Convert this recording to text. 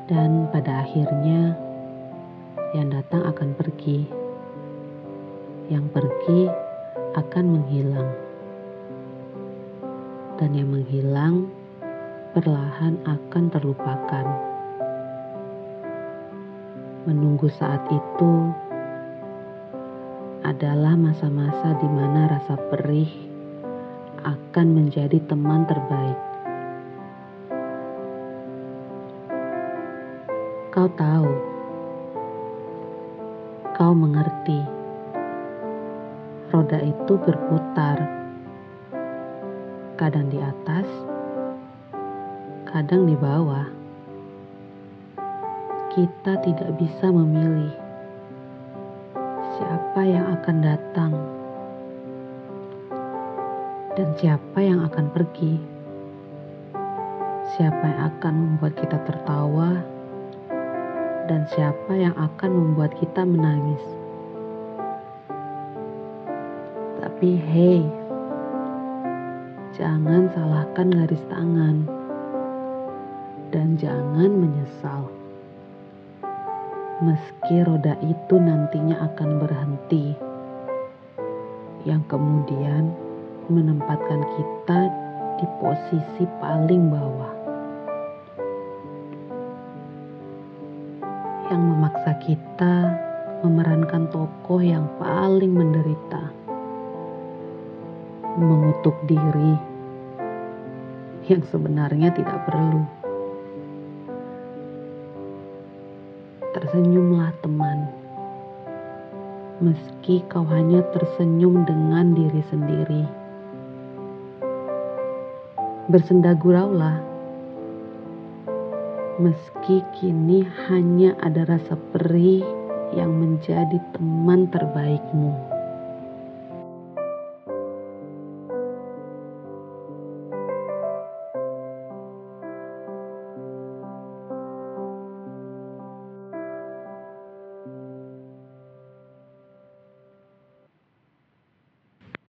Dan pada akhirnya yang datang akan pergi, yang pergi akan menghilang, dan yang menghilang perlahan akan terlupakan. Menunggu saat itu adalah masa-masa di mana rasa perih akan menjadi teman terbaik. Kau tahu, kau mengerti, roda itu berputar, kadang di atas, kadang di bawah. Kita tidak bisa memilih siapa yang akan datang dan siapa yang akan pergi, siapa yang akan membuat kita tertawa dan siapa yang akan membuat kita menangis. Tapi hey, jangan salahkan garis tangan dan jangan menyesal. Meski roda itu nantinya akan berhenti, yang kemudian menempatkan kita di posisi paling bawah, yang memaksa kita memerankan tokoh yang paling menderita, mengutuk diri yang sebenarnya tidak perlu. Tersenyumlah teman, meski kau hanya tersenyum dengan diri sendiri. Bersendaguraulah, meski kini hanya ada rasa perih yang menjadi teman terbaikmu.